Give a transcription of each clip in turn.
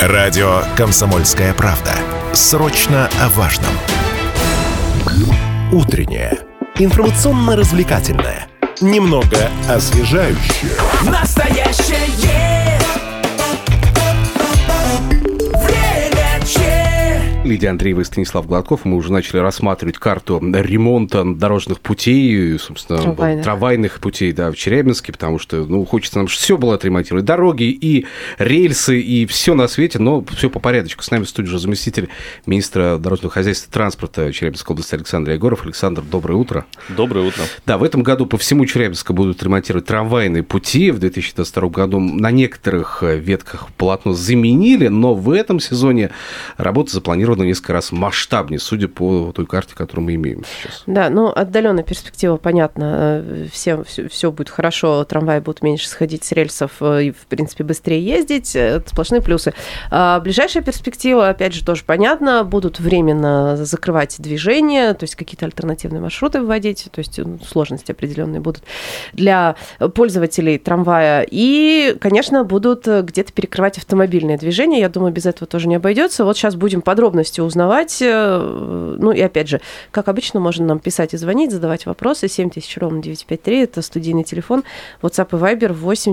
Радио «Комсомольская правда». Срочно о важном. Утреннее. Информационно-развлекательное. Немного освежающее. Настоящее время че. Лидия Андреева и Станислав Гладков. Мы уже начали рассматривать карту ремонта дорожных путей, собственно, трамвайных путей, да, в Челябинске, потому что, хочется нам, чтобы все было отремонтировать. Дороги и рельсы, и все на свете, но все по порядочку. С нами в студии уже заместитель министра дорожного хозяйства и транспорта Челябинской области Александр Егоров. Александр, доброе утро. Доброе утро. Да, в этом году по всему Челябинску будут ремонтировать трамвайные пути. В 2022 году на некоторых ветках полотно заменили, но в этом сезоне работа запланирована несколько раз масштабнее, судя по той карте, которую мы имеем сейчас. Да, отдаленная перспектива, понятно, всем все будет хорошо, трамваи будут меньше сходить с рельсов и, в принципе, быстрее ездить, это сплошные плюсы. Ближайшая перспектива, опять же, тоже понятно, будут временно закрывать движение, то есть какие-то альтернативные маршруты вводить, то есть сложности определенные будут для пользователей трамвая, и, конечно, будут где-то перекрывать автомобильное движение, я думаю, без этого тоже не обойдется. Вот сейчас будем подробности узнавать. И опять же, как обычно, можно нам писать и звонить, задавать вопросы. 7000-953, это студийный телефон. WhatsApp и Viber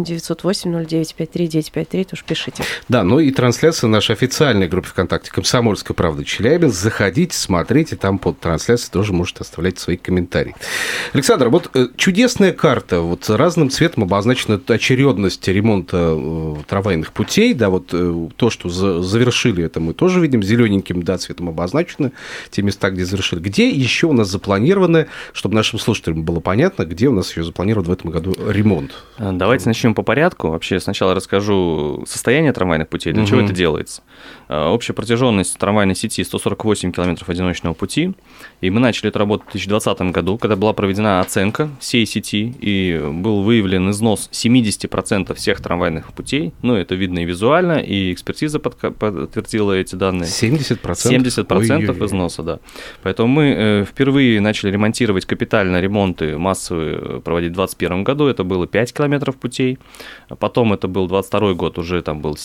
8-908-0953-953, тоже пишите. Да, и трансляция нашей официальной группы ВКонтакте «Комсомольская правда Челябинск». Заходите, смотрите, там под трансляцией тоже можете оставлять свои комментарии. Александр, чудесная карта. Разным цветом обозначена очередность ремонта трамвайных путей. Да, то, что завершили, это мы тоже видим зелененьким, цветом обозначены те места, где завершили. Где еще у нас запланированы, чтобы нашим слушателям было понятно, где у нас еще запланирован в этом году ремонт? Давайте начнем по порядку. Вообще сначала расскажу состояние трамвайных путей, для чего это делается. Общая протяженность трамвайной сети 148 километров одиночного пути, и мы начали эту работу в 2020 году, когда была проведена оценка всей сети, и был выявлен износ 70% всех трамвайных путей. Это видно и визуально, и экспертиза подтвердила эти данные. 70%? 70% износа, да. Поэтому мы впервые начали ремонтировать капитально ремонты массовые проводить в 2021 году. Это было 5 километров путей. Потом это был 2022 год, уже там был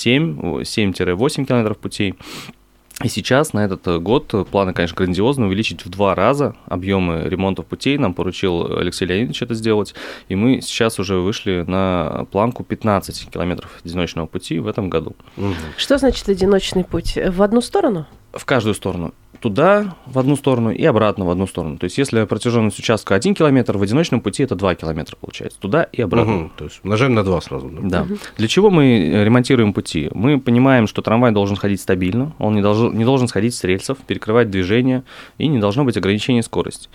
7-8 километров путей. И сейчас, на этот год, планы, конечно, грандиозные, увеличить в 2 раза объемы ремонтов путей. Нам поручил Алексей Леонидович это сделать. И мы сейчас уже вышли на планку 15 километров одиночного пути в этом году. Что значит одиночный путь? В одну сторону? В каждую сторону. Туда в одну сторону и обратно в одну сторону. То есть, если протяженность участка 1 километр, в одиночном пути это 2 километра получается. Туда и обратно. То есть, умножаем на 2 сразу. Да. Для чего мы ремонтируем пути? Мы понимаем, что трамвай должен ходить стабильно, он не должен сходить с рельсов, перекрывать движение, и не должно быть ограничения скорости.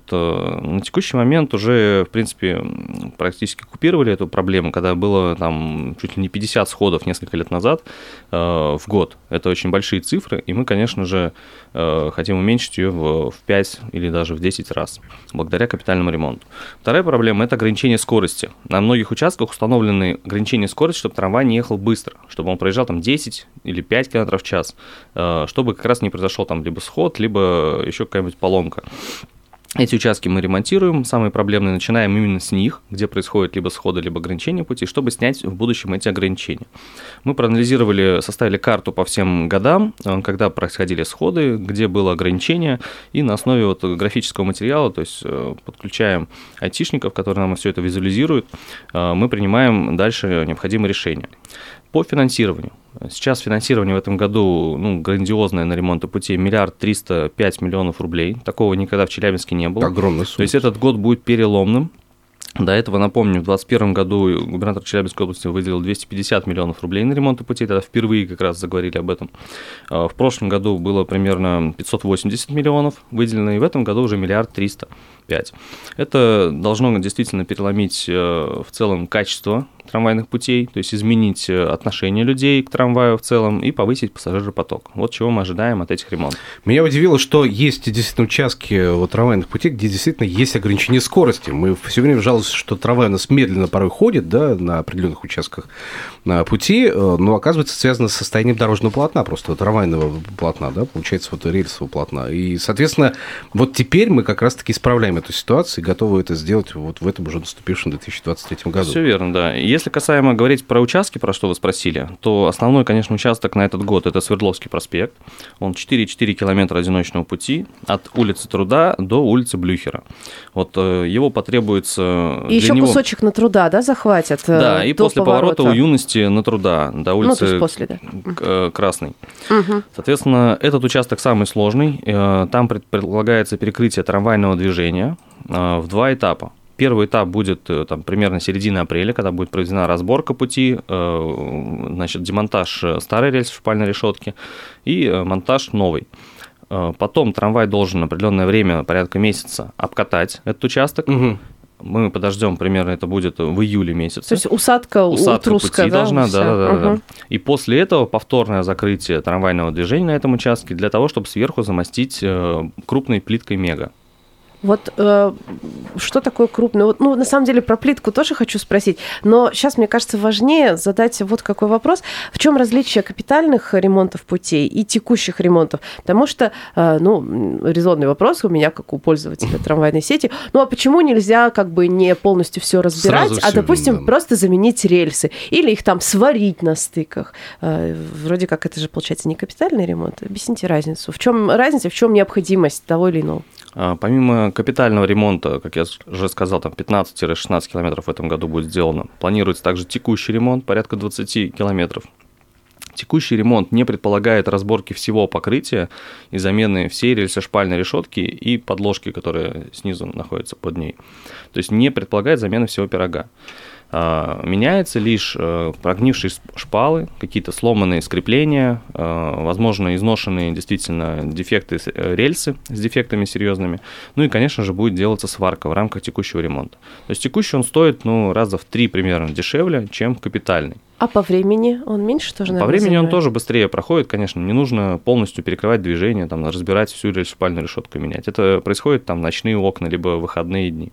На текущий момент уже, в принципе, практически купировали эту проблему, когда было там чуть ли не 50 сходов несколько лет назад в год. Это очень большие цифры, и мы, конечно же, хотим уменьшить ее в 5 или даже в 10 раз, благодаря капитальному ремонту. Вторая проблема – это ограничение скорости. На многих участках установлены ограничения скорости, чтобы трамвай не ехал быстро, чтобы он проезжал там 10 или 5 км в час, чтобы как раз не произошел там либо сход, либо еще какая-нибудь поломка. Эти участки мы ремонтируем, самые проблемные начинаем именно с них, где происходят либо сходы, либо ограничения пути, чтобы снять в будущем эти ограничения. Мы проанализировали, составили карту по всем годам, когда происходили сходы, где было ограничение, и на основе графического материала, то есть подключаем айтишников, которые нам все это визуализируют, мы принимаем дальше необходимые решения. По финансированию. Сейчас финансирование в этом году грандиозное на ремонт путей 1 305 000 000 рублей. Такого никогда в Челябинске не было. Огромная сумма. То есть этот год будет переломным. До этого, напомню, в 2021 году губернатор Челябинской области выделил 250 миллионов рублей на ремонт путей, тогда впервые как раз заговорили об этом. В прошлом году было примерно 580 миллионов выделено, и в этом году уже 1 305 000 000. Это должно действительно переломить в целом качество трамвайных путей, то есть изменить отношение людей к трамваю в целом и повысить пассажиропоток. Вот чего мы ожидаем от этих ремонтов. Меня удивило, что есть действительно участки трамвайных путей, где действительно есть ограничение скорости. Мы все время жалуемся, что трамвай у нас медленно порой ходит, да, на определенных участках пути, но оказывается связано с состоянием дорожного полотна, просто трамвайного полотна, да, получается рельсового полотна. И, соответственно, теперь мы как раз-таки исправляем эту ситуацию и готовы это сделать в этом уже наступившем 2023 году. Все верно, да. Если касаемо говорить про участки, про что вы спросили, то основной, конечно, участок на этот год – это Свердловский проспект. Он 4,4 километра одиночного пути от улицы Труда до улицы Блюхера. Вот его потребуется… И еще кусочек на Труда, да, захватят? Да, и после поворота у Юности на Труда до улицы то есть после, да. Красной. Соответственно, этот участок самый сложный. Там предполагается перекрытие трамвайного движения в 2 этапа. Первый этап будет там, примерно середина апреля, когда будет проведена разборка пути, значит, демонтаж старой рельсы шпальной решетки и монтаж новой. Потом трамвай должен определенное время, порядка месяца, обкатать этот участок. Мы подождем, примерно это будет в июле месяце. То есть усадка Утруска, пути да? должна, да. И после этого повторное закрытие трамвайного движения на этом участке для того, чтобы сверху замостить крупной плиткой мега. Вот что такое крупное? Вот, на самом деле, про плитку тоже хочу спросить, но сейчас, мне кажется, важнее задать вот какой вопрос. В чем различие капитальных ремонтов путей и текущих ремонтов? Потому что, резонный вопрос у меня, как у пользователя трамвайной сети, а почему нельзя как бы не полностью все разбирать, допустим, просто заменить рельсы или их там сварить на стыках? Вроде как это же, получается, не капитальный ремонт. Объясните разницу. В чем разница, в чем необходимость того или иного? Помимо капитального ремонта, как я уже сказал, там 15-16 километров в этом году будет сделано, планируется также текущий ремонт, порядка 20 километров. Текущий ремонт не предполагает разборки всего покрытия и замены всей рельсошпальной решетки и подложки, которая снизу находится под ней. То есть не предполагает замены всего пирога. Меняется лишь прогнившие шпалы, какие-то сломанные скрепления, возможно, изношенные действительно дефекты рельсы с дефектами серьезными. Ну и, конечно же, будет делаться сварка в рамках текущего ремонта. То есть текущий он стоит раза в 3 примерно дешевле, чем капитальный. А по времени он меньше тоже, наверное, По времени занимает? Он тоже быстрее проходит, конечно. Не нужно полностью перекрывать движение, там, разбирать всю рельсошпальную решетку и менять. Это происходит там в ночные окна, либо в выходные дни.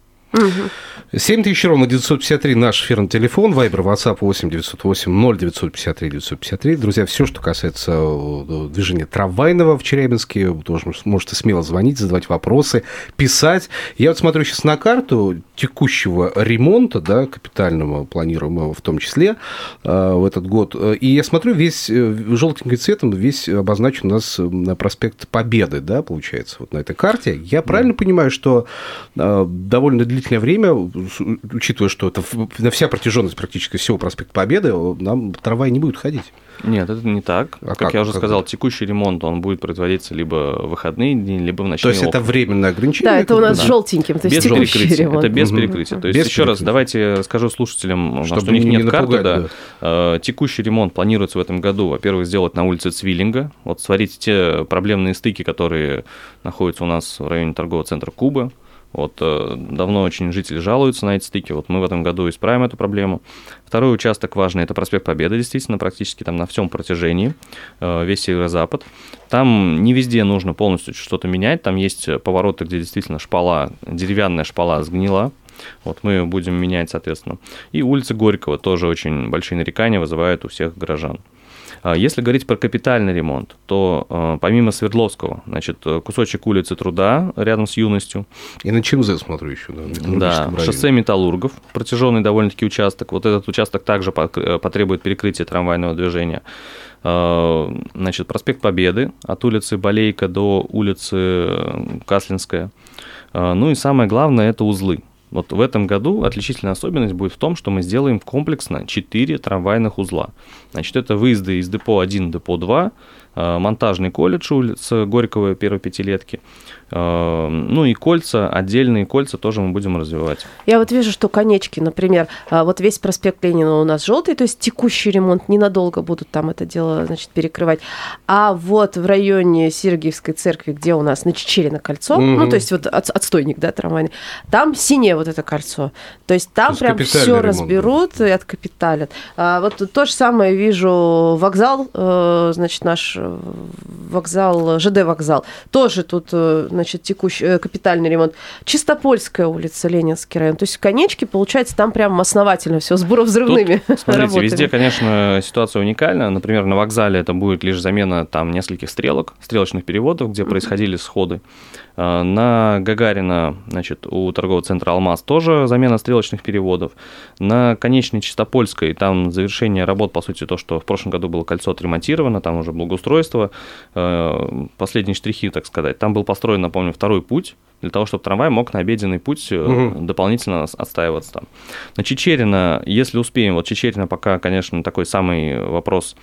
7000 ровно 953 наш эфирный телефон, Вайбер, WhatsApp 8 908 0953 953. Друзья, все, что касается движения трамвайного в Челябинске, вы тоже можете смело звонить, задавать вопросы, писать. Я вот смотрю сейчас на карту текущего ремонта, да, капитального, планируемого в том числе в этот год, и я смотрю, весь желтеньким цветом весь обозначен у нас на проспект Победы, да, получается, вот на этой карте. Я правильно понимаю, что довольно длительное время, учитывая, что это на вся протяженность практически всего проспекта Победы, нам трамвай не будет ходить? Нет, это не так. Как я уже сказал, текущий ремонт, он будет производиться либо в выходные дни, либо в ночные окна. То есть это временное ограничение? Да, это у нас желтеньким, то есть текущий ремонт. Это без перекрытия. То есть, еще раз, давайте скажу слушателям, что у них нет карты. Да. Текущий ремонт планируется в этом году, во-первых, сделать на улице Цвиллинга, вот сварить те проблемные стыки, которые находятся у нас в районе торгового центра Куба. Вот давно очень жители жалуются на эти стыки, вот мы в этом году исправим эту проблему. Второй участок важный – это проспект Победы, действительно, практически там на всем протяжении, весь северо-запад. Там не везде нужно полностью что-то менять, там есть повороты, где действительно шпала, деревянная шпала сгнила. Вот мы будем менять, соответственно. И улица Горького тоже очень большие нарекания вызывают у всех горожан. Если говорить про капитальный ремонт, то помимо Свердловского, значит, кусочек улицы Труда рядом с Юностью. И на ЧМЗ смотрю еще. Да, шоссе Металлургов, протяженный довольно-таки участок. Вот этот участок также потребует перекрытия трамвайного движения. Значит, проспект Победы от улицы Балейка до улицы Каслинская. Ну и самое главное – это узлы. Вот в этом году отличительная особенность будет в том, что мы сделаем комплексно 4 трамвайных узла. Значит, это выезды из депо 1 в депо 2, монтажный колледж улица Горького, первой пятилетки, ну и кольца, отдельные кольца тоже мы будем развивать. Я вот вижу, что конечки, например, вот весь проспект Ленина у нас желтый, то есть текущий ремонт, ненадолго будут там это дело, значит, перекрывать. А вот в районе Сергиевской церкви, где у нас на Чичерина кольцо, ну то есть вот отстойник, да, трамвайный, там синее вот это кольцо. То есть там прям все разберут и откапиталят. Вот то же самое вижу вокзал, значит, наш вокзал, ЖД вокзал. Тоже тут, значит, текущий капитальный ремонт. Чистопольская улица, Ленинский район. То есть в Конечке, получается, там прям основательно все с буровзрывными Смотрите, работами. везде, конечно, ситуация уникальна. Например, на вокзале это будет лишь замена там нескольких стрелочных переводов, где происходили сходы. На Гагарина, значит, у торгового центра «Алмаз» тоже замена стрелочных переводов. На Конечной Чистопольской там завершение работ, по сути, то, что в прошлом году было кольцо отремонтировано, там уже благоустройство, последние штрихи, так сказать. Там был построен, напомню, второй путь, для того, чтобы трамвай мог на обеденный путь дополнительно отстаиваться там. На Чичерина, если успеем, вот Чичерина пока, конечно, такой самый вопрос,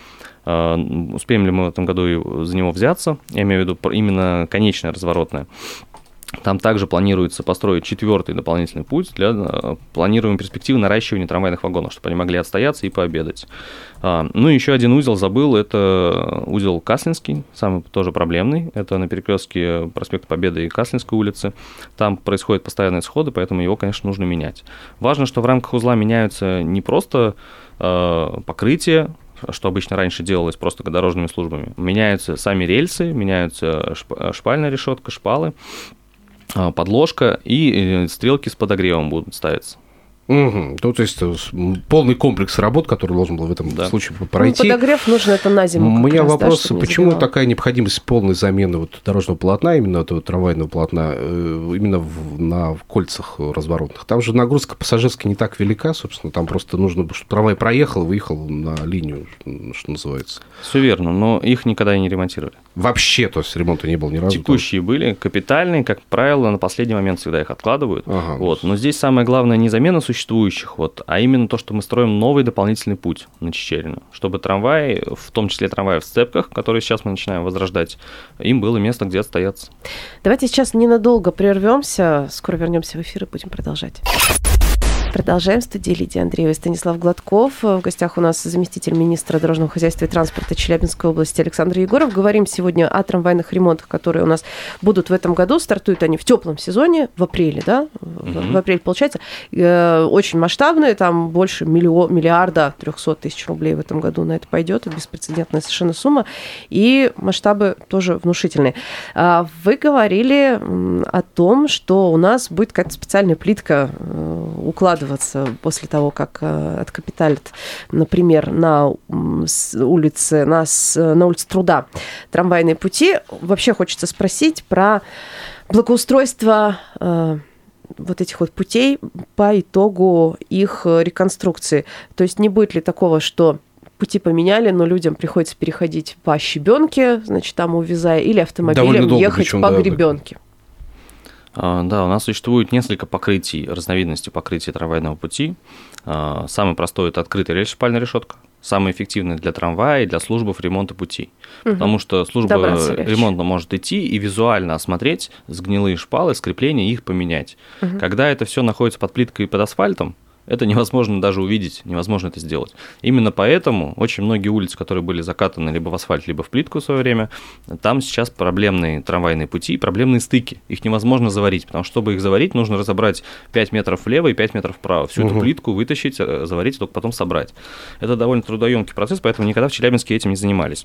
успеем ли мы в этом году за него взяться, я имею в виду именно конечное разворотное. Там также планируется построить 4-й дополнительный путь для планируемой перспективы наращивания трамвайных вагонов, чтобы они могли отстояться и пообедать. Ну и еще один узел забыл, это узел Каслинский, самый тоже проблемный. Это на перекрестке проспекта Победы и Каслинской улицы. Там происходят постоянные сходы, поэтому его, конечно, нужно менять. Важно, что в рамках узла меняются не просто покрытие, что обычно раньше делалось просто дорожными службами. Меняются сами рельсы, меняются шпальная решетка, шпалы, подложка и стрелки с подогревом будут ставиться. Ну, то есть полный комплекс работ, который должен был в этом случае пройти. Ну, подогрев нужно это на зиму. У меня вопрос, почему такая необходимость полной замены вот дорожного полотна, именно этого трамвайного полотна, именно на кольцах разворотных? Там же нагрузка пассажирская не так велика, собственно, там просто нужно, чтобы трамвай проехал, выехал на линию, что называется. Все верно, но их никогда и не ремонтировали. Вообще, то есть ремонта не было ни разу? Текущие были, капитальные, как правило, на последний момент всегда их откладывают. Ага, вот. Но здесь самое главное не замена существующих, а именно то, что мы строим новый дополнительный путь на Чичерина, чтобы трамваи, в том числе трамваи в сцепках, которые сейчас мы начинаем возрождать, им было место, где отстояться. Давайте сейчас ненадолго прервемся, скоро вернемся в эфир и будем продолжать. Продолжаем. В студии Лидия Андреева и Станислав Гладков. В гостях у нас заместитель министра дорожного хозяйства и транспорта Челябинской области Александр Егоров. Говорим сегодня о трамвайных ремонтах, которые у нас будут в этом году. Стартуют они в теплом сезоне, в апреле, да? В апреле, получается. Очень масштабные, там больше миллиарда 300 тысяч рублей в этом году на это пойдет. Беспрецедентная совершенно сумма. И масштабы тоже внушительные. Вы говорили о том, что у нас будет какая-то специальная плитка укладываться после того, как откапиталят, например, на улице Труда трамвайные пути. Вообще хочется спросить про благоустройство вот этих вот путей по итогу их реконструкции. То есть не будет ли такого, что пути поменяли, но людям приходится переходить по щебенке, значит, там увязая, или автомобилем ехать по гребенке? Да, у нас существует несколько покрытий, разновидностей покрытия трамвайного пути. Самый простой – это открытая рельс-шпальная решетка. Самый эффективный для трамвая и для служб ремонта путей. Потому что служба ремонта может идти и визуально осмотреть сгнилые шпалы, скрепления и их поменять. Когда это все находится под плиткой и под асфальтом, это невозможно даже увидеть, невозможно это сделать. Именно поэтому очень многие улицы, которые были закатаны либо в асфальт, либо в плитку в свое время, там сейчас проблемные трамвайные пути, проблемные стыки. Их невозможно заварить, потому что, чтобы их заварить, нужно разобрать 5 метров влево и 5 метров вправо. Всю эту плитку вытащить, заварить, и только потом собрать. Это довольно трудоемкий процесс, поэтому никогда в Челябинске этим не занимались.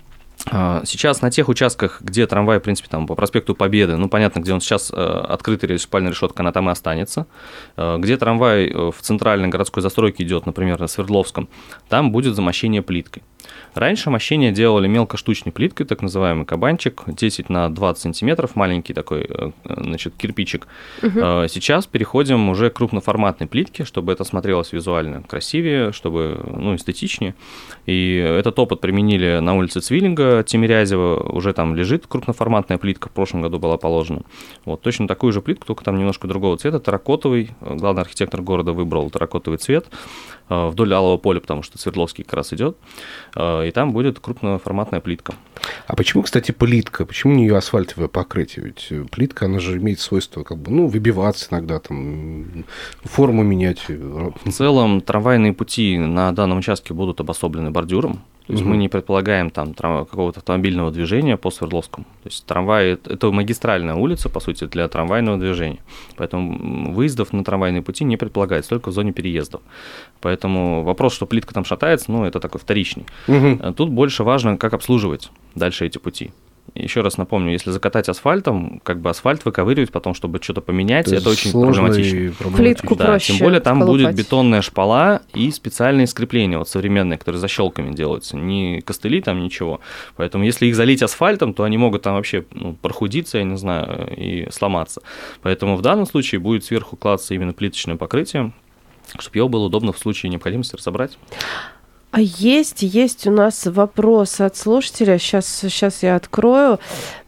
Сейчас на тех участках, где трамвай, в принципе, там по проспекту Победы, ну, понятно, где он сейчас открытая рельс-шпальная решетка, она там и останется. Где трамвай в центральной городской застройке идет, например, на Свердловском, там будет замощение плиткой. Раньше мощение делали мелкоштучной плиткой, так называемый кабанчик, 10 на 20 сантиметров, маленький такой, значит, кирпичик. Сейчас переходим уже к крупноформатной плитке, чтобы это смотрелось визуально красивее, чтобы, ну, эстетичнее. И этот опыт применили на улице Цвиллинга, Тимирязева, уже там лежит крупноформатная плитка, в прошлом году была положена. Вот, точно такую же плитку, только там немножко другого цвета, терракотовый. Главный архитектор города выбрал терракотовый цвет вдоль Алого поля, потому что Свердловский как раз идет. И там будет крупноформатная плитка. А почему, кстати, плитка? Почему не ее асфальтовое покрытие? Ведь плитка, она же имеет свойство как бы, ну, выбиваться иногда, там, форму менять. В целом, трамвайные пути на данном участке будут обособлены бордюром. То есть мы не предполагаем там какого-то автомобильного движения по Свердловскому. То есть трамвай – это магистральная улица, по сути, для трамвайного движения. Поэтому выездов на трамвайные пути не предполагается, только в зоне переездов. Поэтому вопрос, что плитка там шатается, ну, это такой вторичный. Тут больше важно, как обслуживать дальше эти пути. Еще раз напомню, если закатать асфальтом, как бы асфальт выковыривать потом, чтобы что-то поменять, это очень сложно проблематично. Плитку Да, проще тем более там вколупать. будет бетонная шпала и специальные скрепления, вот современные, которые защелками делаются, не костыли там, ничего. Поэтому если их залить асфальтом, то они могут там вообще прохудиться, я не знаю, и сломаться. Поэтому в данном случае будет сверху класться именно плиточное покрытие, чтобы его было удобно в случае необходимости разобрать. А есть у нас вопрос от слушателя. Сейчас я открою.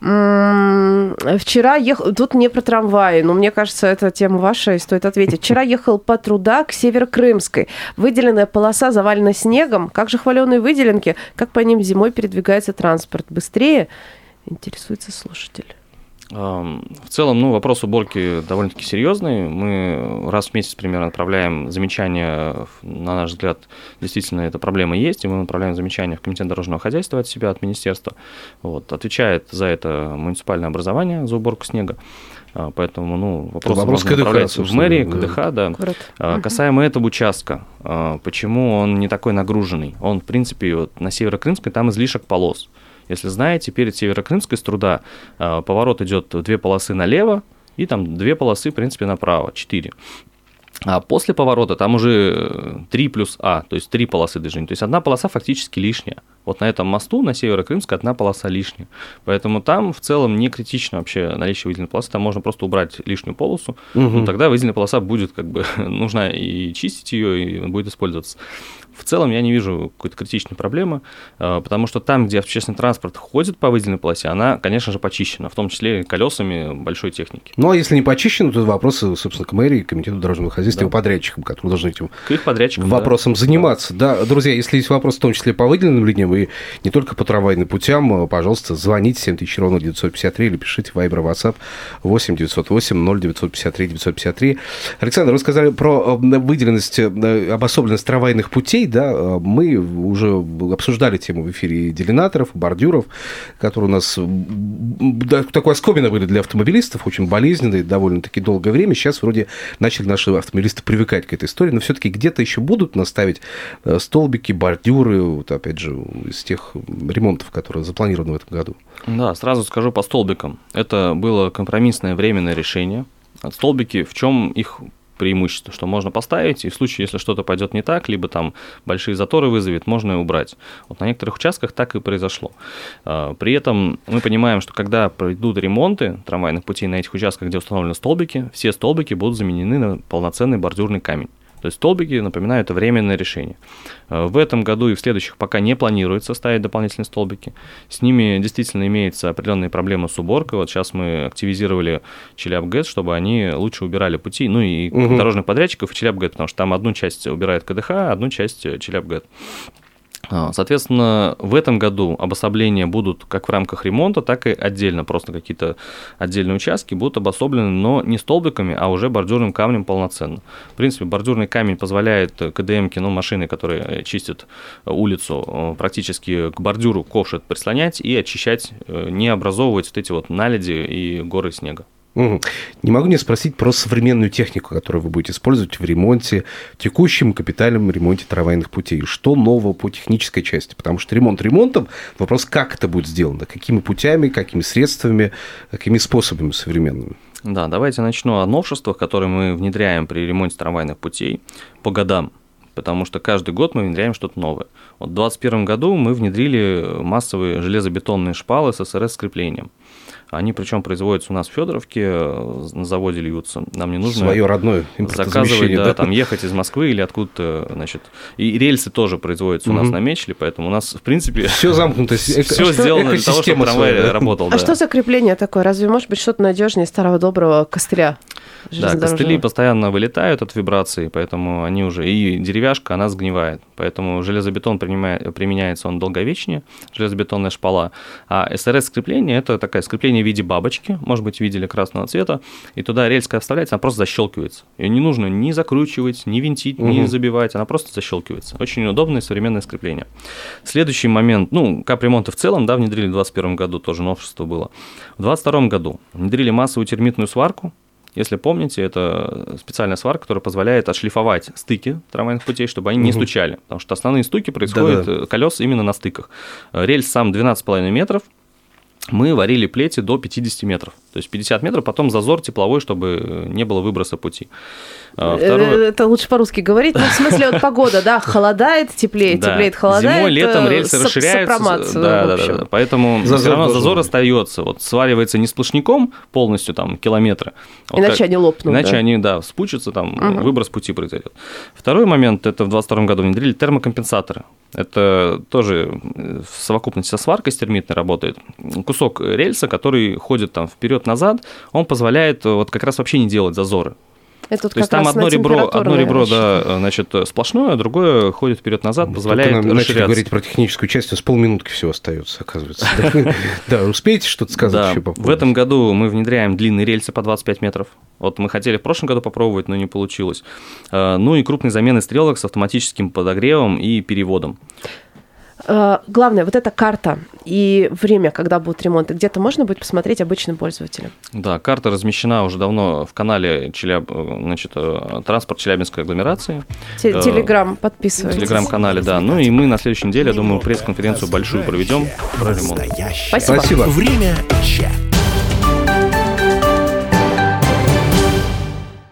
Вчера ехал... Тут не про трамваи, но мне кажется, эта тема ваша, и стоит ответить. Вчера ехал по труда к Северокрымской. Выделенная полоса завалена снегом. Как же хваленые выделенки? Как по ним зимой передвигается транспорт? Быстрее? Интересуется слушатель. В целом, вопрос уборки довольно-таки серьезный. Мы раз в месяц примерно отправляем замечания, на наш взгляд, действительно эта проблема есть, и мы направляем замечания в Комитет дорожного хозяйства от себя, от министерства. Отвечает за это муниципальное образование, за уборку снега. Поэтому вопрос можно направлять в мэрии, КДХ, да. Касаемо этого участка, почему он не такой нагруженный? Он, в принципе, на Северокрымской там излишек полос. Если знаете, перед Северокрымской с труда поворот идет 2 полосы налево и там 2 полосы, в принципе, направо, 4. А после поворота там уже 3 плюс А, то есть 3 полосы движения. То есть 1 полоса фактически лишняя. Вот на этом мосту, на Северокрымской, 1 полоса лишняя. Поэтому там в целом не критично вообще наличие выделенной полосы. Там можно просто убрать лишнюю полосу. Тогда выделенная полоса будет нужна и чистить ее, и будет использоваться. В целом я не вижу какой-то критичной проблемы, потому что там, где общественный транспорт ходит по выделенной полосе, она, конечно же, почищена, в том числе колесами большой техники. Ну, а если не почищена, то вопросы, собственно, к мэрии, к Комитету дорожного хозяйства, и подрядчикам, которые должны этим вопросом заниматься. Да, друзья, если есть вопросы, в том числе по выделенным линиям, и не только по трамвайным путям, пожалуйста, звоните 7000 ровно 953 или пишите в Viber, WhatsApp 8 908 0953 953. Александр, вы сказали про выделенность, обособленность трамвайных путей, да, мы уже обсуждали тему в эфире и делинаторов, и бордюров, которые у нас такой оскомина были для автомобилистов, очень болезненные, довольно-таки долгое время. Сейчас вроде начали наши автомобилисты привыкать к этой истории, но все-таки где-то еще будут наставить столбики, бордюры, вот опять же, из тех ремонтов, которые запланированы в этом году. Да, сразу скажу по столбикам. Это было компромиссное временное решение. Столбики, в чем их преимущество, что можно поставить, и в случае, если что-то пойдет не так, либо там большие заторы вызовет, можно и убрать. Вот на некоторых участках так и произошло. При этом мы понимаем, что когда пройдут ремонты трамвайных путей на этих участках, где установлены столбики, все столбики будут заменены на полноценный бордюрный камень. То есть столбики, напоминаю, это временное решение. В этом году и в следующих пока не планируется ставить дополнительные столбики. С ними действительно имеются определенные проблемы с уборкой. Вот сейчас мы активизировали Челябгэс, чтобы они лучше убирали пути, ну и дорожных подрядчиков и Челябгэс, потому что там одну часть убирает КДХ, одну часть Челябгэс. Соответственно, в этом году обособления будут как в рамках ремонта, так и отдельно, просто какие-то отдельные участки будут обособлены, но не столбиками, а уже бордюрным камнем полноценно. В принципе, бордюрный камень позволяет КДМки, машины, которые чистят улицу, практически к бордюру ковш прислонять и очищать, не образовывать вот эти вот наледи и горы снега. Не могу не спросить про современную технику, которую вы будете использовать в ремонте, текущем капитальном ремонте трамвайных путей. Что нового по технической части? Потому что ремонт ремонтом, вопрос, как это будет сделано, какими путями, какими средствами, какими способами современными. Да, давайте начну о новшествах, которые мы внедряем при ремонте трамвайных путей по годам. Потому что каждый год мы внедряем что-то новое. Вот в 2021 году мы внедрили массовые железобетонные шпалы с СРС-скреплением. Они, причем, производятся у нас в Федоровке, на заводе льются. Нам не нужно свое родное заказывать, да, там ехать из Москвы или откуда-то, значит. И рельсы тоже производятся у нас на Мечеле, поэтому у нас, в принципе, все замкнуто, все сделано для того, чтобы трамвай работал. А что за крепление такое? Разве может быть что-то надежнее старого доброго костыля? Да, костыли постоянно вылетают от вибрации, поэтому они уже... И деревяшка, она сгнивает. Поэтому железобетон применяется, он долговечнее, железобетонная шпала. А СРС-скрепление – это такое скрепление в виде бабочки, может быть, видели красного цвета, и туда рельска вставляется, она просто защелкивается. Ее не нужно ни закручивать, ни винтить, ни забивать, она просто защелкивается. Очень удобное современное скрепление. Следующий момент, капремонты в целом, да, внедрили в 2021 году, тоже новшество было. В 2022 году внедрили массовую термитную сварку. Если помните, это специальная сварка, которая позволяет отшлифовать стыки трамвайных путей, чтобы они не стучали. Потому что основные стуки происходят колес именно на стыках. Рельс сам 12,5 метров. мы варили плети до 50 метров. То есть 50 метров, потом зазор тепловой, чтобы не было выброса пути. Второе... Это лучше по-русски говорить. Ну, в смысле, вот погода, да, холодает, теплеет, холодает. Зимой, летом рельсы расширяются. Да. Поэтому все равно зазор остается. Вот сваривается не сплошняком полностью там километра. Иначе они лопнут. Иначе они, спучатся, там выброс пути произойдет. Второй момент, это в 2022 году внедрили термокомпенсаторы. Это тоже в совокупности со сваркой с термитной работает. Кусок рельса, который ходит там вперед-назад, он позволяет вот как раз вообще не делать зазоры. То есть там одно ребро сплошное, а другое ходит вперед-назад, позволяет расширяться. Начали говорить про техническую часть, у нас полминутки всего остается, оказывается. Да, успеете что-то сказать еще по поводу? В этом году мы внедряем длинные рельсы по 25 метров. Вот мы хотели в прошлом году попробовать, но не получилось. Ну и крупные замены стрелок с автоматическим подогревом и переводом. Главное, вот эта карта и время, когда будут ремонты, где-то можно будет посмотреть обычным пользователям? Да, карта размещена уже давно в канале «Транспорт Челябинской агломерации». Телеграм, подписывайтесь. В Телеграм-канале, да. Ну и мы на следующей неделе, я думаю, пресс-конференцию большую проведем про ремонт. Спасибо. Время чек.